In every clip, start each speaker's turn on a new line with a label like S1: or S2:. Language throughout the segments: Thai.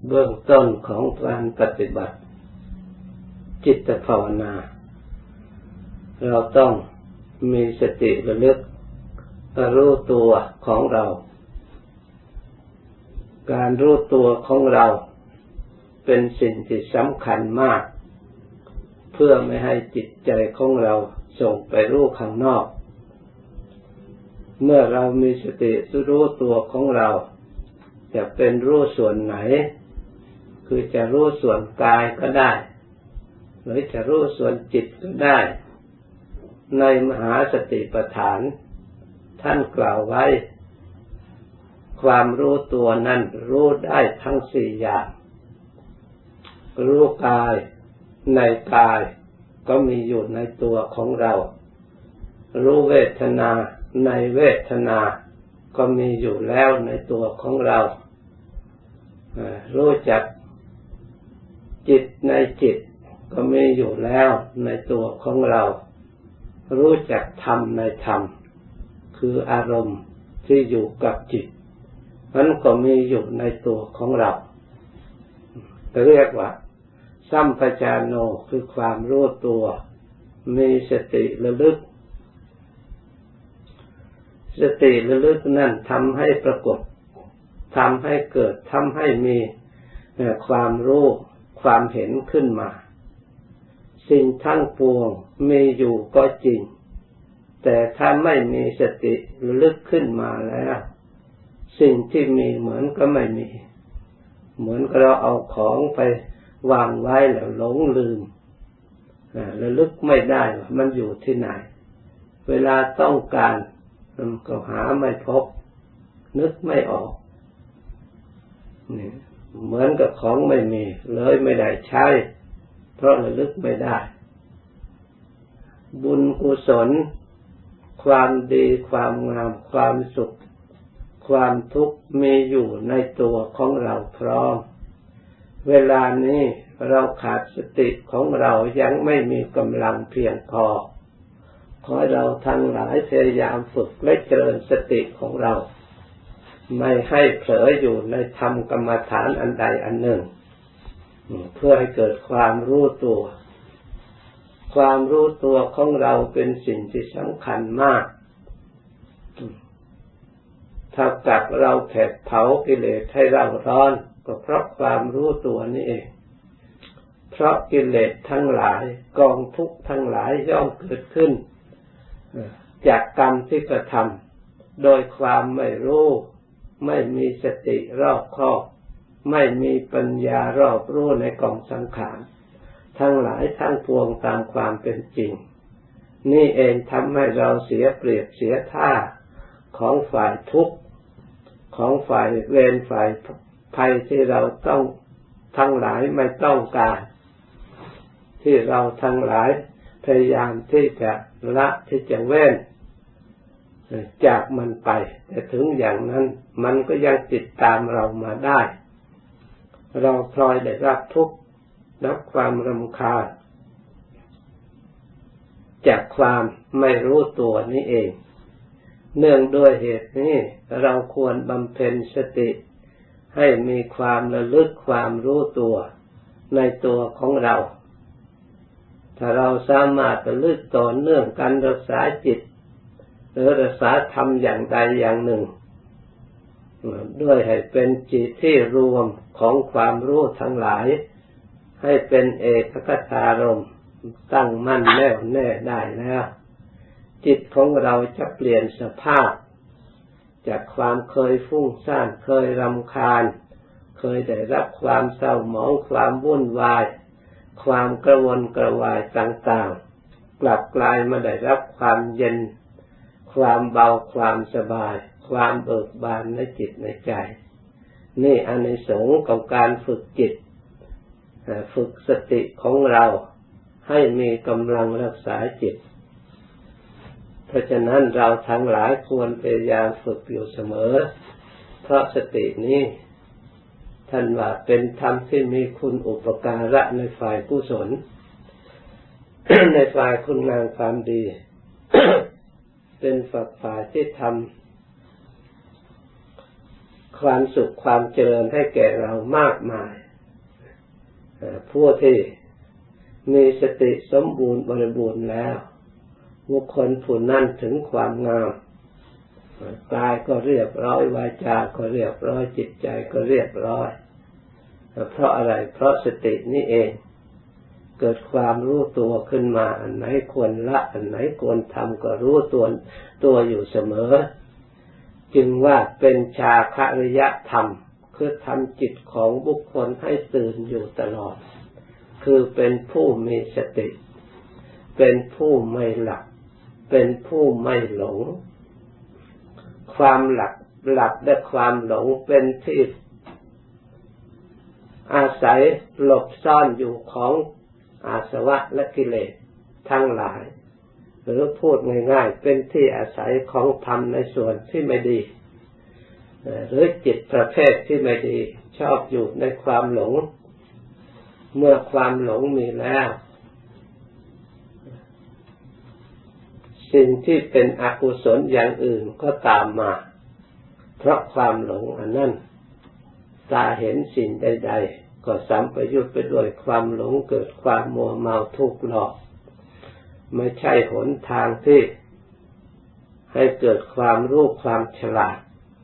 S1: เบื้องต้นของการปฏิบัติจิตภาวนาเราต้องมีสติระลึกรู้ตัวของเราการรู้ตัวของเราเป็นสิ่งที่สำคัญมากเพื่อไม่ให้จิตใจของเราส่งไปรู้ข้างนอกเมื่อเรามีสติรู้ตัวของเราจะเป็นรู้ส่วนไหนคือจะรู้ส่วนกายก็ได้หรือจะรู้ส่วนจิตก็ได้ในมหาสติปัฏฐานท่านกล่าวไว้ความรู้ตัวนั้นรู้ได้ทั้งสี่อย่างรู้กายในกายก็มีอยู่ในตัวของเรารู้เวทนาในเวทนาก็มีอยู่แล้วในตัวของเรารู้จักจิตในจิตก็มีอยู่แล้วในตัวของเรารู้จักธรรมในธรรมคืออารมณ์ที่อยู่กับจิตนั้นก็มีอยู่ในตัวของเราเรียกว่าสัมปชัญโนคือความรู้ตัวมีสติระลึกสติระลึกนั่นทำให้ปรากฏทำให้เกิดทำให้มีความรู้ความเห็นขึ้นมาสิ่งทั้งปวงมีอยู่ก็จริงแต่ถ้าไม่มีสติระลึกขึ้นมาแล้วสิ่งที่มีเหมือนก็ไม่มีเหมือนกับเราเอาของไปวางไว้แล้วหลงลืมระลึกไม่ได้ว่ามันอยู่ที่ไหนเวลาต้องการมันก็หาไม่พบนึกไม่ออกนี่เหมือนกับของไม่มีเลยไม่ได้ใช้เพราะระลึกไม่ได้บุญกุศลความดีความงามความสุขความทุกข์มีอยู่ในตัวของเราพร้อมเวลานี้เราขาดสติของเรายังไม่มีกำลังเพียงพอขอเราทั้งหลายพยายามฝึกและเจริญสติของเราไม่ให้เผลออยู่ในธรรมกรรมฐานอันใดอันหนึ่งเพื่อให้เกิดความรู้ตัวความรู้ตัวของเราเป็นสิ่งที่สำคัญมากถ้ากับเราแผดเผากิเลสให้เราร้อนก็เพราะความรู้ตัวนี่เองเพราะกิเลสทั้งหลายกองทุกข์ทั้งหลายย่อมเกิดขึ้นจากกรรมที่กระทำโดยความไม่รู้ไม่มีสติรอบคอบไม่มีปัญญารอบรู้ในกองสังขารทั้งหลายทั้งปวงตามความเป็นจริงนี่เองทำให้เราเสียเปรียบเสียท่าของฝ่ายทุกข์ของฝ่ายเวรฝ่ายภัยที่เราต้องทั้งหลายไม่ต้องการที่เราทั้งหลายพยายามที่จะละที่จะเว้นจากมันไปแต่ถึงอย่างนั้นมันก็ยังติดตามเรามาได้เราพลอยได้รับทุกข์รับความรำคาญจากความไม่รู้ตัวนี้เองเนื่องด้วยเหตุนี้เราควรบำเพ็ญสติให้มีความระลึกความรู้ตัวในตัวของเราถ้าเราสามารถระลึกต่อเนื่องการรักษาจิตหรือรักษาธรรมอย่างใดอย่างหนึ่งด้วยให้เป็นจิตที่รวมของความรู้ทั้งหลายให้เป็นเอกคตารมณ์ตั้งมั่นแน่วแน่ได้แล้วจิตของเราจะเปลี่ยนสภาพจากความเคยฟุ้งซ่านเคยรำคาญเคยได้รับความเศร้าหมองความวุ่นวายความกระวนกระวายต่างๆกลับกลายมาได้รับความเย็นความเบาความสบายความเบิกบานในจิตในใจนี่อานิสงส์ของการฝึกจิตฝึกสติของเราให้มีกำลังรักษาจิตเพราะฉะนั้นเราทั้งหลายควรพยายามฝึกอยู่เสมอเพราะสตินี้ท่านว่าเป็นธรรมที่มีคุณอุปการะในฝ่ายกุศล ในฝ่ายคุณงามความดี เป็นฝักฝ่ายที่ทำความสุขความเจริญให้แก่เรามากมายผู้ที่มีสติสมบูรณ์บริบูรณ์แล้วบุคคลผู้นั้นถึงความงามกายก็เรียบร้อยวาจาก็เรียบร้อยจิตใจก็เรียบร้อยเพราะอะไรเพราะสตินี่เองเกิดความรู้ตัวขึ้นมาอันไหนควรละอันไหนควรทำก็รู้ตัวอยู่เสมอจึงว่าเป็นฌาคริยธรรมคือทำจิตของบุคคลให้ตื่นอยู่ตลอดคือเป็นผู้มีสติเป็นผู้ไม่หลับเป็นผู้ไม่หลงความหลับและความหลงเป็นที่อาศัยหลบซ่อนอยู่ของอาสวะและกิเลสทั้งหลายหรือพูดง่ายๆเป็นที่อาศัยของธรรมในส่วนที่ไม่ดีหรือจิตประเภทที่ไม่ดีชอบอยู่ในความหลงเมื่อความหลงมีแล้วสิ่งที่เป็นอกุศลอย่างอื่นก็ตามมาเพราะความหลงอันนั้นตาเห็นสิ่งใดๆก็สัมปยุตไปด้วยความหลงเกิดความมัวเมาทุกข์หลอกไม่ใช่หนทางที่ให้เกิดความรู้ความฉลาด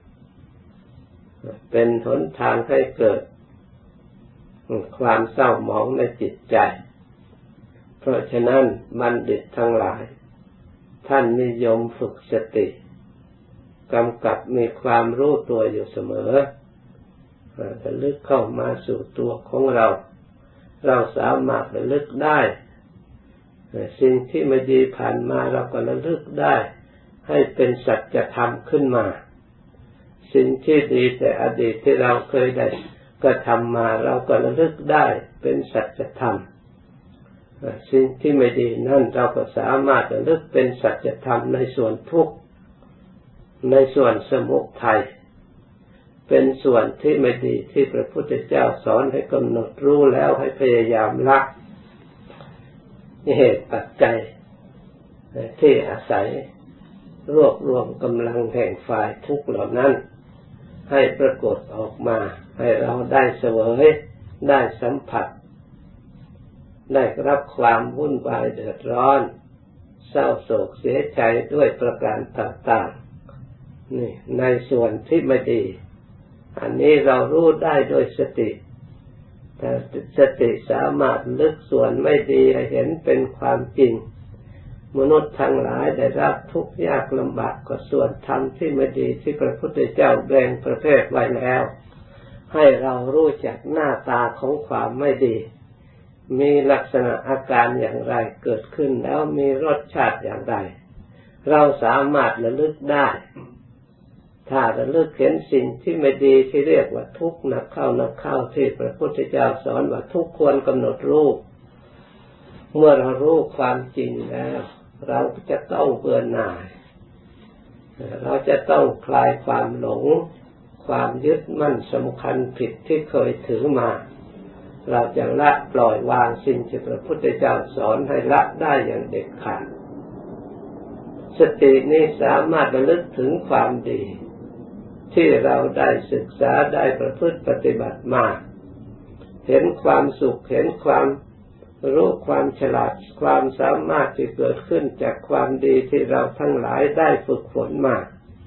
S1: เป็นหนทางให้เกิดความเศร้าหมองในจิตใจเพราะฉะนั้นบัณฑิตทั้งหลายท่านนิยมฝึกสติกำกับมีความรู้ตัวอยู่เสมอระลึกเข้ามาสู่ตัวของเราสามารถระลึกได้สิ่งที่ไม่ดีผ่านมาเราก็ระลึกได้ให้เป็นสัจธรรมขึ้นมาสิ่งที่ดีแต่อดีตที่เราเคยได้กระทำมาเราก็ระลึกได้เป็นสัจธรรมสิ่งที่ไม่ดีนั่นเราก็สามารถระลึกเป็นสัจธรรมในส่วนทุกข์ในส่วนสมุทัยเป็นส่วนที่ไม่ดีที่พระพุทธเจ้าสอนให้กำหนดรู้แล้วให้พยายามละเหตุปัจจัยที่อาศัยรวบรวมกำลังแห่งฝ่ายทุกข์เหล่านั้นให้ปรากฏออกมาให้เราได้เสวยได้สัมผัสได้รับความวุ่นวายเดือดร้อนเศร้าโศกเสียใจด้วยประการต่างๆนี่ในส่วนที่ไม่ดีอันนี้เรารู้ได้โดยสติแต่สติสามารถลึกส่วนไม่ดีให้เห็นเป็นความจริงมนุษย์ทั้งหลายได้รับทุกข์ยากลำบากก็ส่วนธรรมที่ไม่ดีที่พระพุทธเจ้าแบ่งประเภทไว้แล้วให้เรารู้จักหน้าตาของความไม่ดีมีลักษณะอาการอย่างไรเกิดขึ้นแล้วมีรสชาติอย่างไรเราสามารถระลึกได้ถ้าระลึกเห็นสิ่งที่ไม่ดีที่เรียกว่าทุกข์หนักเข้าที่พระพุทธเจ้าสอนว่าทุกข์ควรกำหนดรู้เมื่อเรารู้ความจริงแล้วเราจะต้องเบื่อหน่ายเราจะต้องคลายความหลงความยึดมั่นสำคัญผิดที่เคยถือมาเราจะละปล่อยวางสิ่งที่พระพุทธเจ้าสอนให้ละได้อย่างเด็ดขาดสตินี้สามารถระลึกถึงความดีที่เราได้ศึกษาได้ประพฤติปฏิบัติมาเห็นความสุขเห็นความรู้ความฉลาดความสามารถที่เกิดขึ้นจากความดีที่เราทั้งหลายได้ฝึกฝนมา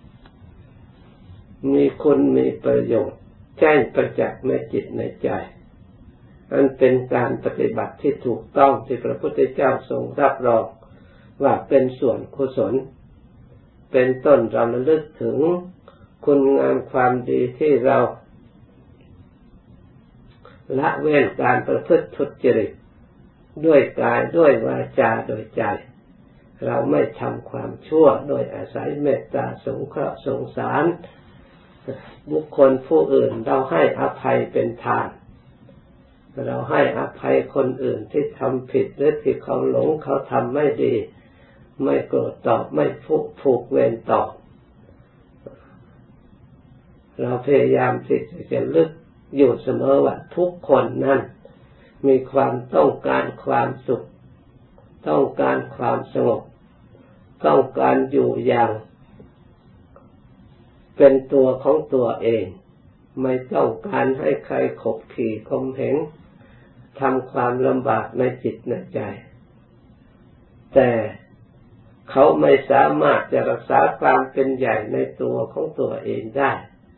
S1: มีคุณมีประโยชน์แจ้งประจักษ์ในจิตในใจอันเป็นการปฏิบัติที่ถูกต้องที่พระพุทธเจ้าทรงรับรองว่าเป็นส่วนกุศลเป็นต้นเราระลึกถึงคุณงามความดีที่เราละเว้นการประพฤติทุจริตด้วยกายด้วยวาจาโดยใจเราไม่ทำความชั่วโดยอาศัยเมตตาสงเคราะห์สงสารบุคคลผู้อื่นเราให้อภัยเป็นทานเราให้อภัยคนอื่นที่ทำผิดหรือที่เขาหลงเขาทำไม่ดีไม่โกรธตอบไม่ผูกเวรตอบเราพยายามที่จะลึกอยู่เสมอว่าทุกคนนั้นมีความต้องการความสุขต้องการความสงบต้องการอยู่อย่างเป็นตัวของตัวเองไม่ต้องการให้ใครขบขี่ข่มเหงทำความลำบากในจิตในใจแต่เขาไม่สามารถจะรักษาความเป็นใหญ่ในตัวของตัวเองได้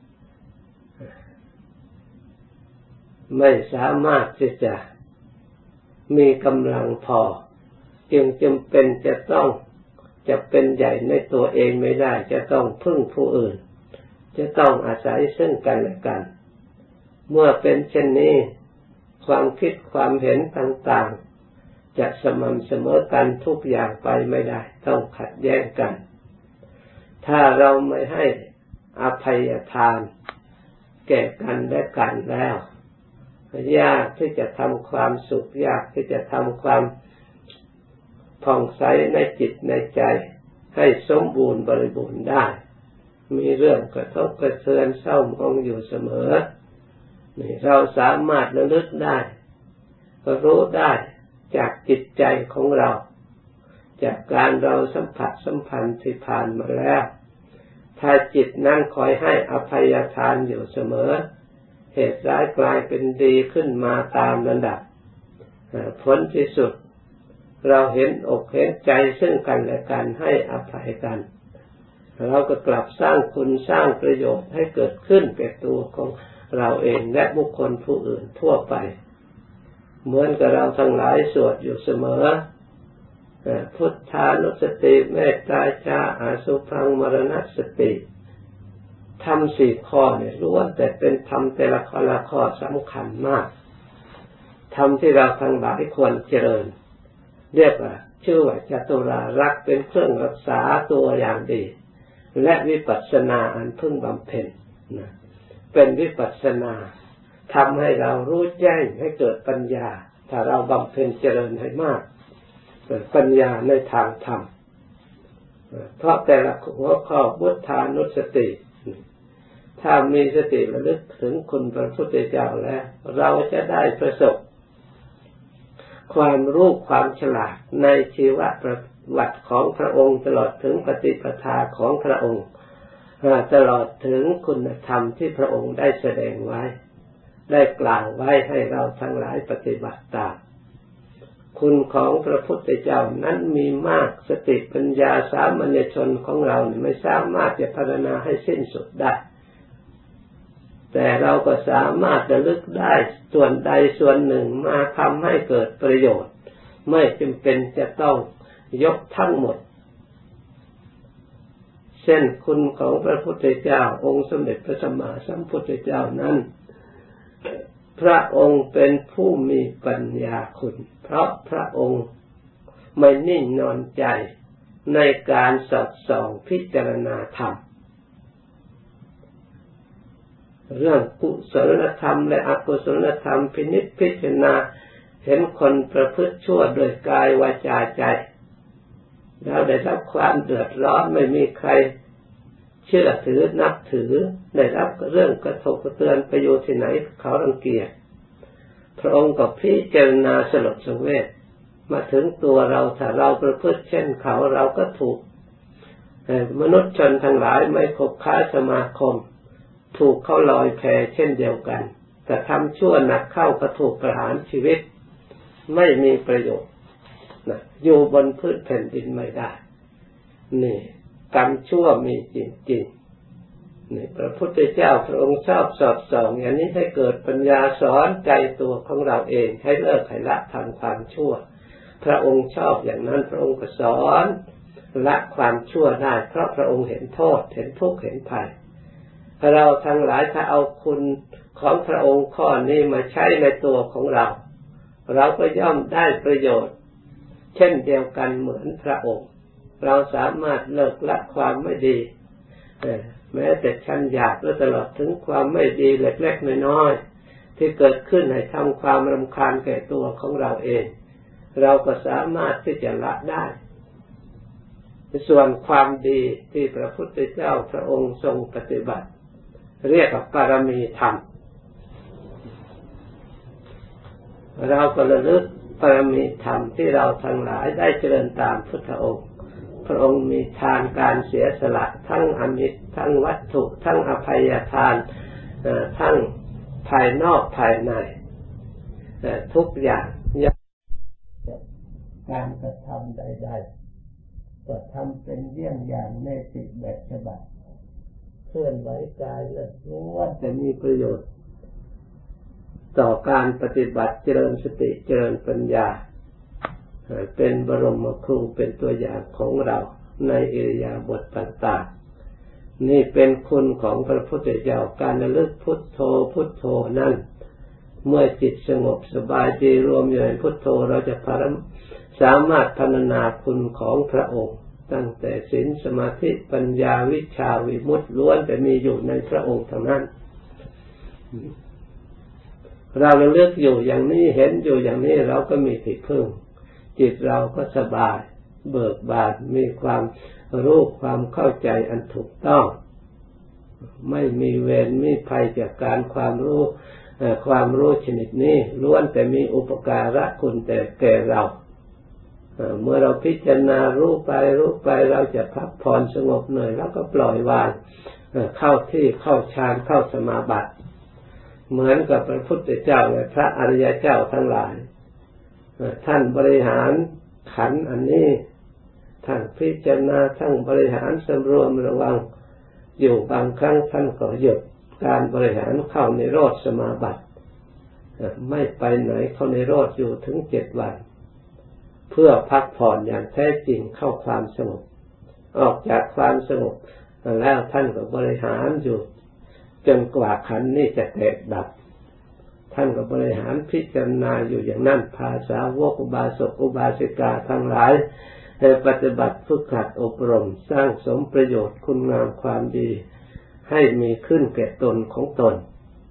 S1: ไม่สามารถที่จะมีกำลังพอจึงจำเป็นจะเป็นใหญ่ในตัวเองไม่ได้จะต้องพึ่งผู้อื่นจะต้องอาศัยซึ่งกันและกันเมื่อเป็นเช่นนี้ความคิดความเห็นต่างๆจะสม่ำเสมอกันทุกอย่างไปไม่ได้ต้องขัดแย้งกันถ้าเราไม่ให้อภัยทานแก่กันและกันแล้วยากที่จะทำความสุขยากที่จะทำความผ่องใสในจิตในใจให้สมบูรณ์บริบูรณ์ได้มีเรื่องกระทบกระเทือนเศร้าหมองอยู่เสมอนี่เราสามารถระลึกได้รู้ได้จากจิตใจของเราจากการเราสัมผัสสัมพันธ์ที่ผ่านมาแล้วถ้าจิตนั้นคอยให้อภัยทานอยู่เสมอเหตุร้ายกลายเป็นดีขึ้นมาตามลำดับผลที่สุดเราเห็นอกเห็นใจซึ่งกันและกันให้อภัยกันเราก็กลับสร้างคุณสร้างประโยชน์ให้เกิดขึ้นแก่ตัวของเราเองและบุคคลผู้อื่นทั่วไปเหมือนกับเราทั้งหลายสวดอยู่เสมอพุทธานุสติเมตตาจาอาสุภังมรณสติธรรม4ข้อเนี่ยล้วนแต่เป็นธรรมแต่ละข้อสำคัญมากธรรมที่เราทั้งหลายควรเจริญเรียกว่าชื่อว่าจตุรารักษ์เป็นเครื่องรักษาตัวอย่างดีและวิปัสสนาอันพึงบำเพ็ญเป็นวิปัสสนาทำให้เรารู้แจ้งให้เกิดปัญญาถ้าเราบำเพ็ญเจริญให้มากเกิดปัญญาในทางธรรมเพราะแต่ละหัวข้อพุทธานุสติถ้ามีสติระลึกถึงคุณพระพุทธเจ้าแล้วเราจะได้ประสบความรู้ความฉลาดในชีวประวัติของพระองค์ตลอดถึงปฏิปทาของพระองค์ตลอดถึงคุณธรรมที่พระองค์ได้แสดงไว้ได้กล่าวไว้ให้เราทั้งหลายปฏิบัติตามคุณของพระพุทธเจ้านั้นมีมากสติปัญญาสามัญชนของเราไม่สามารถจะพัฒนาให้สิ้นสุดได้แต่เราก็สามารถระลึกได้ส่วนใดส่วนหนึ่งมาทำให้เกิดประโยชน์ไม่จำเป็นจะต้องยกทั้งหมดเช่นคุณของพระพุทธเจ้าองค์สมเด็จพระสัมมาสัมพุทธเจ้านั้นพระองค์เป็นผู้มีปัญญาคุณเพราะพระองค์ไม่นิ่งนอนใจในการสอดส่องพิจารณาธรรมเรื่องกุศลธรรมและอกุศลธรรมพินิจพิจารณาเห็นคนประพฤติชั่วโดยกายวาจาใจแล้วได้รับความเดือดร้อนไม่มีใครเชื่อถือนับถือได้รับเรื่องกระทบกระเทือนไปอยู่ที่ไหนเขารังเกียจพระองค์ก็พิจารณาสลดสังเวชมาถึงตัวเราถ้าเราประพฤติเช่นเขาเราก็ถูกมนุษย์ชนทั้งหลายไม่คบค้าสมาคมถูกเขาลอยแพเช่นเดียวกันแต่ทำชั่วหนักเข้าก็ถูกประหารชีวิตไม่มีประโยชน์อยู่บนพื้นแผ่นดินไม่ได้นี่กรรมชั่วมีจริงๆนี่พระพุทธเจ้าพระองค์ชอบสอดส่องอย่างนี้ให้เกิดปัญญาสอนใจตัวของเราเองให้เลิกให้ละทำความชั่วพระองค์ชอบอย่างนั้นพระองค์ก็สอนละความชั่วได้เพราะพระองค์เห็นโทษเห็นทุกข์เห็นภัยเราทั้งหลายถ้าเอาคุณของพระองค์ข้อนี้มาใช้ในตัวของเราเราก็ย่อมได้ประโยชน์เช่นเดียวกันเหมือนพระองค์เราสามารถเลิกละความไม่ดีแม้แต่ชั้นหยาบและตลอดถึงความไม่ดีเล็กๆน้อยๆที่เกิดขึ้นให้ทำความรำคาญแก่ตัวของเราเองเราก็สามารถที่จะละได้ส่วนความดีที่พระพุทธเจ้าพระองค์ทรงปฏิบัติเรียกว่าปรมีธรรมเราก็ระลึกปรมีธรรมที่เราทั้งหลายได้เจริญตามพุทธองค์พระองค์มีทานการเสียสละทั้งอมิตรทั้งวัตถุทั้งอภัยทานทั้งภายนอกภายในทุกอย่างการกระทำใดๆก็ทำเป็นเยี่ยงอย่างในสิบแบบฉบับเคลื่อนไหวกายและล้วนแต่มีประโยชน์ต่อการปฏิบัติเจริญสติเจริญปัญญาเป็นบรมครูเป็นตัวอย่างของเราในอิริยาบถต่างๆนี่เป็นคุณของพระพุทธเจ้าการระลึกพุทโธพุทโธนั้นเมื่อจิตสงบสบายใจรวมอยู่ในพุทโธเราจะสามารถพรรณนาคุณของพระองค์ตั้งแต่ศีลสมาธิปัญญาวิชาวิมุตติล้วนแต่มีอยู่ในพระองค์ทั้งนั้นเราระลึกอยู่อย่างนี้เห็นอยู่อย่างนี้เราก็มีที่พึ่งจิตเราก็สบายเบิกบานมีความรู้ความเข้าใจอันถูกต้องไม่มีเวรมีภัยจากการความรู้ชนิดนี้ล้วนแต่มีอุปการะคุณแต่แก่เราเมื่อเราพิจารณารู้ไปเราจะพักผ่อนสงบเหนื่อยแล้วก็ปล่อยวางเข้าที่เข้าฌานเข้าสมาบัติเหมือนกับพระพุทธเจ้าและพระอริยเจ้าทั้งหลายท่านบริหารขันธ์อันนี้ท่านพิจารณาทั้งบริหารสำรวมระวังอยู่บางครั้งท่านก็หยุดการบริหารเข้านิโรธสมาบัติไม่ไปไหนเข้านิโรธอยู่ถึง7 วันเพื่อพักผ่อนอย่างแท้จริงเข้าความสงบออกจากความสงบแล้วท่านก็บริหารอยู่จนกว่าขันธ์นี้จะแตกดับท่านก็บริหารพิจารณาอยู่อย่างนั้นภาษาวกอุบาสกอุบาสิกาทั้งหลายให้ปฏิบัติฝึกหัดอบรมสร้างสมประโยชน์คุณงามความดีให้มีขึ้นแก่ตนของตน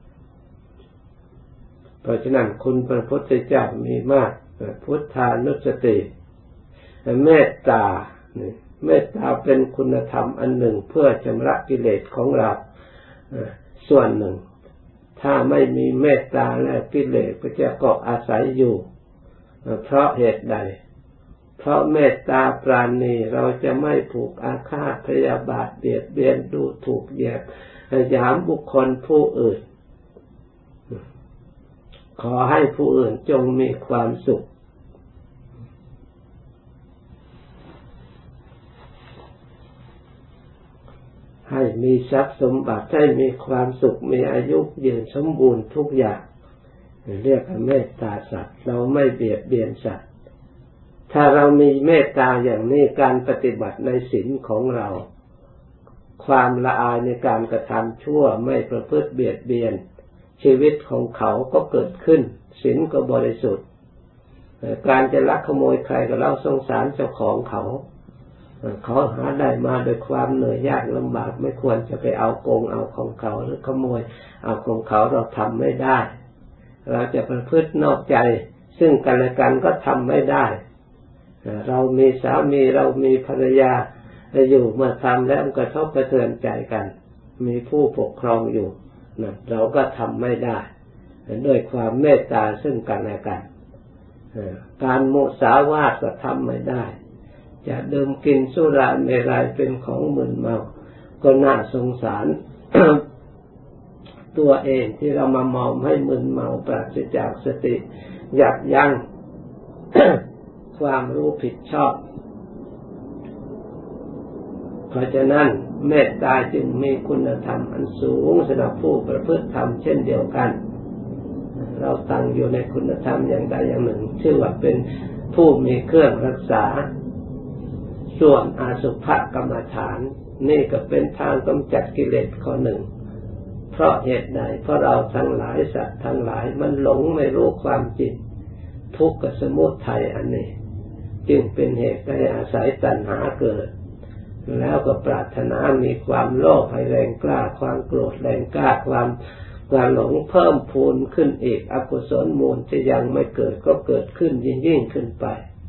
S1: เพราะฉะนั้นคุณพระพุทธเจ้ามีมากพุทธานุสติเมตตาเมตตาเป็นคุณธรรมอันหนึ่งเพื่อชำระกิเลสของเราส่วนหนึ่งถ้าไม่มีเมตตาแล้วกิเลสก็จะเกาะอาศัยอยู่เพราะเหตุใดเพราะเมตตาปราณีเราจะไม่ผูกอาฆาตพยาบาทเบียดเบียนดูถูกเหยียดหยามบุคคลผู้อื่นขอให้ผู้อื่นจงมีความสุขให้มีทรัพย์สมบัติให้มีความสุขมีอายุยืนสมบูรณ์ทุกอย่างเรียกว่าเมตตาสัตว์เราไม่เบียดเบียนสัตว์ถ้าเรามีเมตตาอย่างนี้การปฏิบัติในศีลของเราความละอายในการกระทำชั่วไม่ประพฤติเบียดเบียนชีวิตของเขาก็เกิดขึ้นศีลก็บริสุทธิ์การจะลักขโมยใครก็เราสงสารเจ้าของเขาหาได้มาโดยความเหนื่อยยากลำบากไม่ควรจะไปเอาโกงเอาของเขาหรือขโมยเอาของเขาเราทำไม่ได้เราจะประพฤตินอกใจซึ่งกันและกันก็ทำไม่ได้เรามีสามีเรามีภรรยาอยู่เมื่อทำแล้วกระทบกระเทือนใจกันมีผู้ปกครองอยู่เราก็ทำไม่ได้ด้วยความเมตตาซึ่งกันและกันการมุสาวาทก็ทำไม่ได้จะดื่มกินสุราเมรัยเป็นของมึนเมาก็น่าสงสาร ตัวเองที่เรามามอมให้มึนเมาปราศจากสติยับยั้ง ความรู้ผิดชอบเพราะฉะนั้นเมตตาจึงมีคุณธรรมอันสูงสำหรับผู้ประพฤติธรรมเช่นเดียวกันเราตั้งอยู่ในคุณธรรมอย่างใดอย่างหนึ่งชื่อว่าเป็นผู้มีเครื่องรักษาส่วนอาสุภกรรมฐานนี่ก็เป็นทางกำจัดกิเลสข้อหนึ่งเพราะเหตุใดเพราะเราทั้งหลายสัตว์ทั้งหลายมันหลงไม่รู้ความจริงทุกข์กับสมุทัยอันนี้จึงเป็นเหตุให้อาศัยตัณหาเกิดแล้วก็ปรารถนามีความโลภให้แรงกล้าความโกรธแรงกล้าความหลงเพิ่มพูนขึ้นอีกอกุศลมูลที่ยังไม่เกิดก็เกิดขึ้นยิ่งขึ้นไป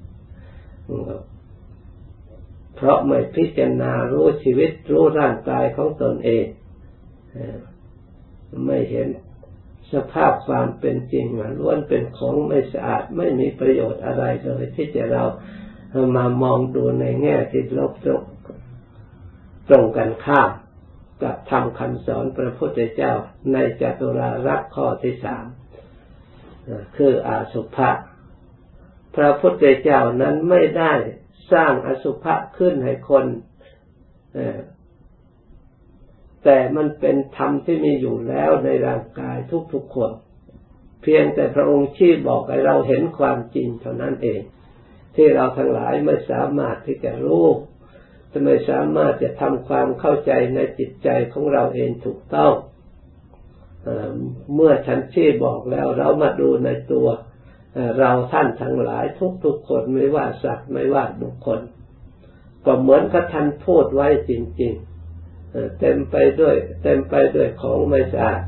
S1: เพราะไม่พิจารณารู้ชีวิตรู้ร่างกายของตนเองไม่เห็นสภาพความเป็นจริงว่าล้วนเป็นของไม่สะอาดไม่มีประโยชน์อะไรเลยที่จะเรามามองดูในแง่ที่ลบตรงกันข้ามกับธรรมคำสอนพระพุทธเจ้าในจตุรารักษ์ข้อที่3คืออสุภะพระพุทธเจ้านั้นไม่ได้สร้างอสุภะขึ้นให้คนแต่มันเป็นธรรมที่มีอยู่แล้วในร่างกายทุกๆคนเพียงแต่พระองค์ชี้บอกให้เราเห็นความจริงเท่านั้นเองที่เราทั้งหลายไม่สามารถที่จะรู้ไม่สามารถจะทำความเข้าใจในจิตใจของเราเองถูกต้องเมื่อฉันชี้บอกแล้วเรามาดูในตัวเราท่านทั้งหลายทุกๆคนไม่ว่าสัตว์ไม่ว่าบุคคลก็เหมือนกับท่านพูดไว้จริงๆเต็มไปด้วยของไม่สะอาด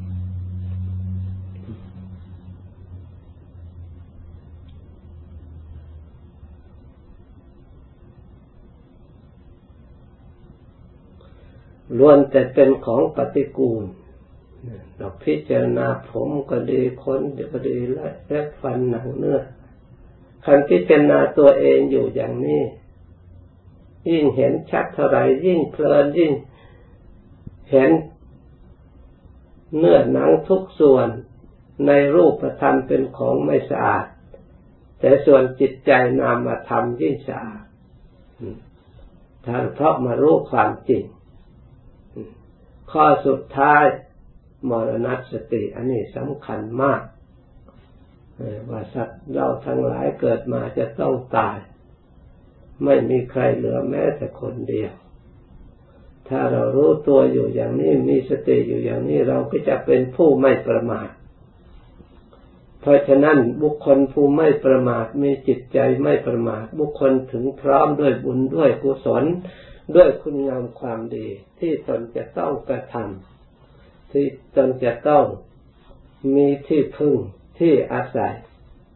S1: ล้วนแต่เป็นของปฏิกูลเราพิจารณาผมก็ดีขนก็ดีและฟันหนังเนื้อคันพิจารณาตัวเองอยู่อย่างนี้ยิ่งเห็นชัดเท่าไรยิ่งเพลินยิ่งเห็นเนื้อหนังทุกส่วนในรูปธรรมเป็นของไม่สะอาดแต่ส่วนจิตใจนามธรรมยิ่งสะอาดท่านเพราะมารู้ความจริงข้อสุดท้ายมรณสติอันนี้สำคัญมากว่าสัตว์เราทั้งหลายเกิดมาจะต้องตายไม่มีใครเหลือแม้แต่คนเดียวถ้าเรารู้ตัวอยู่อย่างนี้มีสติอยู่อย่างนี้เราก็จะเป็นผู้ไม่ประมาทเพราะฉะนั้นบุคคลผู้ไม่ประมาทมีจิตใจไม่ประมาทบุคคลถึงพร้อมด้วยบุญด้วยกุศลด้วยคุณงามความดีที่ตนจะต้องกระทำที่ตนจะต้องมีที่พึ่งที่อาศัย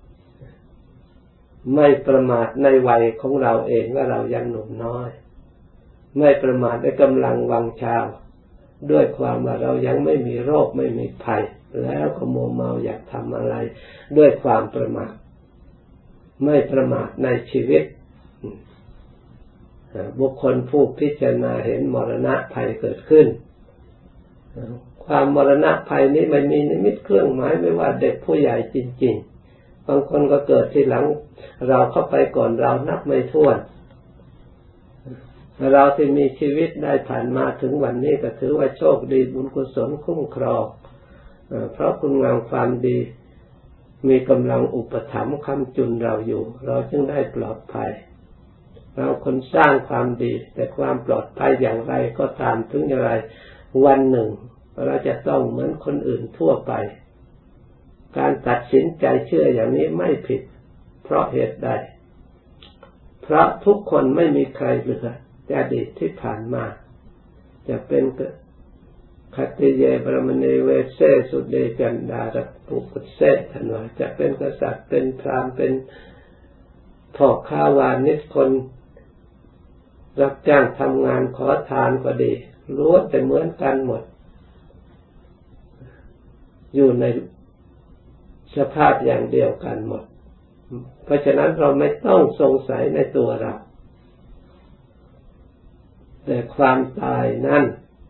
S1: ไม่ประมาทในวัยของเราเองว่าเรายังหนุ่มน้อยไม่ประมาทในกำลังวังชาด้วยความว่าเรายังไม่มีโรคไม่มีภัยแล้วก็มัวเมาอยากทำอะไรด้วยความประมาทไม่ประมาทในชีวิตบุคคลผู้พิจารณาเห็นมรณะภัยเกิดขึ้นความมรณะภัยนี้ไม่มีนิมิตเครื่องหมายไม่ว่าเด็กผู้ใหญ่จริงๆบางคนก็เกิดทีหลังเราเข้าไปก่อนเรานับไม่ถ้วนเราที่มีชีวิตได้ผ่านมาถึงวันนี้ก็ถือว่าโชคดีบุญกุศลคุ้มครองเพราะคุณงามความดีมีกำลังอุปถัมภ์ค้ำจุนเราอยู่เราจึงได้ปลอดภัยเราคนสร้างความดีแต่ความปลอดภัยอย่างไรก็ตามถึงอย่างไรวันหนึ่งเราจะต้องเหมือนคนอื่นทั่วไปการตัดสินใจเชื่ออย่างนี้ไม่ผิดเพราะเหตุใดเพราะทุกคนไม่มีใครเหลือแต่อดีตที่ผ่านมาจะเป็นคัตติเยบรมณีเวเสสุเดจันดาระปุกุเสทันว่าจะเป็นกษัตริย์เป็นพราหมณ์เป็นพ่อค้าวานิชคนรับจ้างทำงานขอทานก็ดีล้วนแต่เหมือนกันหมดอยู่ในสภาพอย่างเดียวกันหมดเพราะฉะนั้นเราไม่ต้องสงสัยในตัวเราแต่ความตายนั้น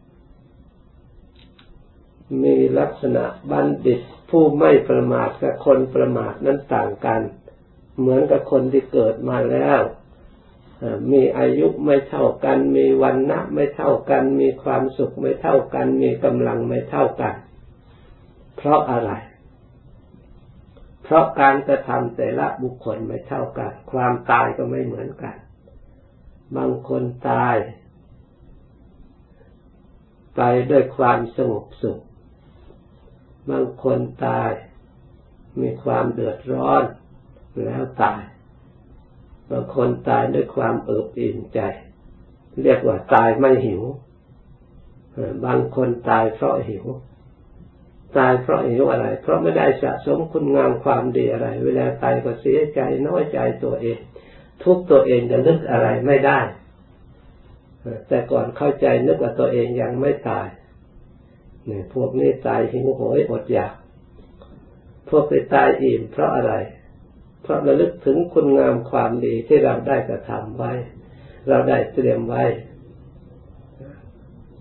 S1: มีลักษณะบัณฑิตผู้ไม่ประมาทกับคนประมาทนั้นต่างกันเหมือนกับคนที่เกิดมาแล้วมีอายุไม่เท่ากันมีวรรณะไม่เท่ากันมีความสุขไม่เท่ากันมีกำลังไม่เท่ากันเพราะอะไรเพราะการกระทำแต่ละบุคคลไม่เท่ากันความตายก็ไม่เหมือนกันบางคนตายไปด้วยความสงบสุขบางคนตายมีความเดือดร้อนแล้วตายบางคนตายด้วยความเอิบอิ่มใจเรียกว่าตายไม่หิวบางคนตายเพราะหิวตายเพราะหิวอะไรเพราะไม่ได้สะสมคุณงามความดีอะไรเวลาตายก็เสียใจน้อยใจตัวเองทุกตัวเองจะนึกอะไรไม่ได้แต่ก่อนเข้าใจนึกว่าตัวเองยังไม่ตายเนี่ยพวกนี้ตายหิวโหยอดอยากพวกที่ตายอิ่มเพราะอะไรเพราะระลึกถึงคุณงามความดีที่เราได้กระทำไว้เราได้เตรียมไว้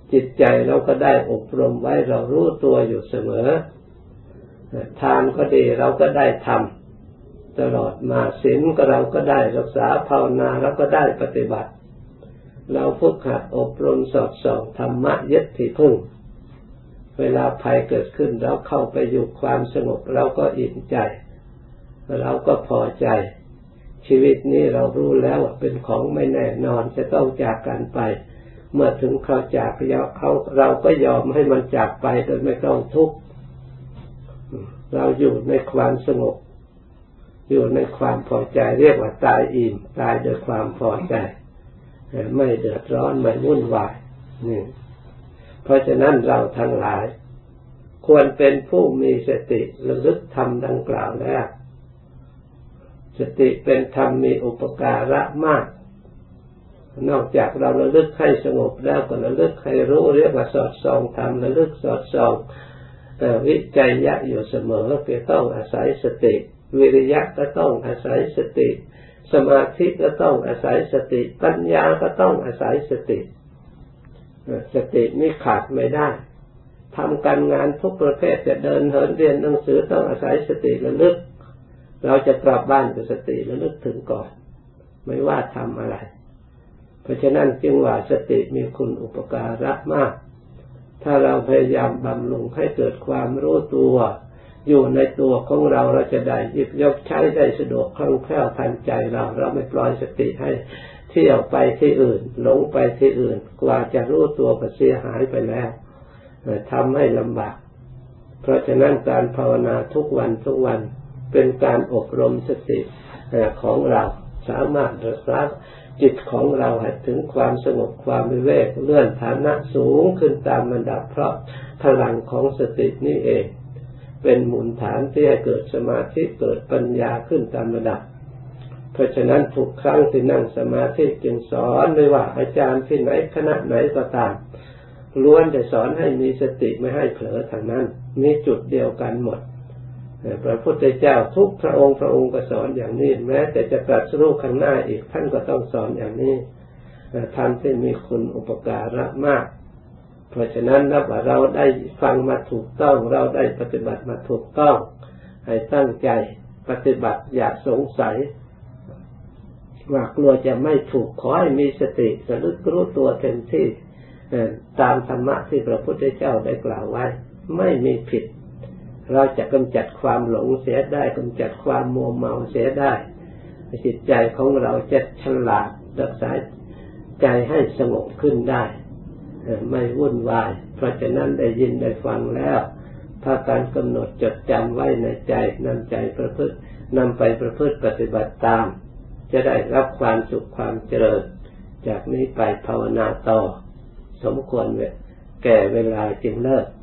S1: จิตใจเราก็ได้อบรมไว้เรารู้ตัวอยู่เสมอทานก็ดีเราก็ได้ทำตลอดมาศีลก็เราก็ได้รักษาภาวนาเราก็ได้ปฏิบัติเราฝึกหัดอบรมสอดส่องธรรมะยึดที่พึ่งเวลาภัยเกิดขึ้นเราเข้าไปอยู่ความสงบเราก็อิ่มใจเราก็พอใจชีวิตนี้เรารู้แล้วว่าเป็นของไม่แน่นอนจะต้องจากกันไปเมื่อถึงคราวจากเราก็ยอมให้มันจากไปโดยไม่ต้องทุกข์เราอยู่ในความสงบอยู่ในความพอใจเรียกว่าตายอิ่มตายโดยความพอใจไม่เดือดร้อนไม่วุ่นวายนี่เพราะฉะนั้นเราทั้งหลายควรเป็นผู้มีสติระลึกธรรมดังกล่าวแล้วสติเป็นธรรมมีอุปการะมากนอกจากเราระลึกให้สงบแล้วก็ระลึกให้รู้เรียกว่าสอดส่องธรรมระลึกสอดส่องวิจัยยะอยู่เสมอก็ต้องอาศัยสติวิริยะก็ต้องอาศัยสติสมาธิก็ต้องอาศัยสติปัญญาก็ต้องอาศัยสติสตินี่ขาดไม่ได้ทำการงานทุกประเภทจะเดินเหินเรียนหนังสือต้องอาศัยสติระลึกเราจะกลับบ้านกับสติระลึกถึงก่อนไม่ว่าทำอะไรเพราะฉะนั้นจึงว่าสติมีคุณอุปการะมากถ้าเราพยายามบำรุงให้เกิดความรู้ตัวอยู่ในตัวของเราเราจะได้หยิบยกใช้ได้สะดวกคล่องแคล่วทันใจเราไม่ปล่อยสติให้เที่ยวไปที่อื่นหลงไปที่อื่นกว่าจะรู้ตัวก็เสียหายไปแล้วทำให้ลำบากเพราะฉะนั้นการภาวนาทุกวันเป็นการอบรมสติของเราสามารถรักษาจิตของเราให้ถึงความสงบความวิเวกเลื่อนฐานะสูงขึ้นตามลำดับเพราะพลังของสตินี่เองเป็นมูลฐานที่ให้เกิดสมาธิเกิดปัญญาขึ้นตามระดับเพราะฉะนั้นทุกครั้งที่นั่งสมาธิจึงสอนไม่ว่าอาจารย์ที่ไหนคณะไหนก็ตามล้วนแต่สอนให้มีสติไม่ให้เผลอทางนั้นมีจุดเดียวกันหมดพระพุทธเจ้าทุกพระองค์ก็สอนอย่างนี้แม้แต่จะตรัสรู้ข้างหน้าอีกท่านก็ต้องสอนอย่างนี้ท่านที่มีคุณอุปการะมากเพราะฉะนั้นนับว่าเราได้ฟังมาถูกต้องเราได้ปฏิบัติมาถูกต้องให้ตั้งใจปฏิบัติอย่าสงสัยว่ากลัวจะไม่ถูกขอให้มีสติระลึกรู้ตัวเต็มที่ตามธรรมะที่พระพุทธเจ้าได้กล่าวไว้ไม่มีผิดเราจะกำจัดความหลงเสียได้กำจัดความมัวเมาเสียได้จิตใจของเราจะฉลาดรักษาใจให้สงบขึ้นได้ไม่วุ่นวายเพราะฉะนั้นได้ยินได้ฟังแล้วถ้าการกำหนดจดจำไว้ในใจนำไปประพฤติปฏิบัติตามจะได้รับความสุขความเจริญจากนี้ไปภาวนาต่อสมควรแก่เวลาจึงเลิก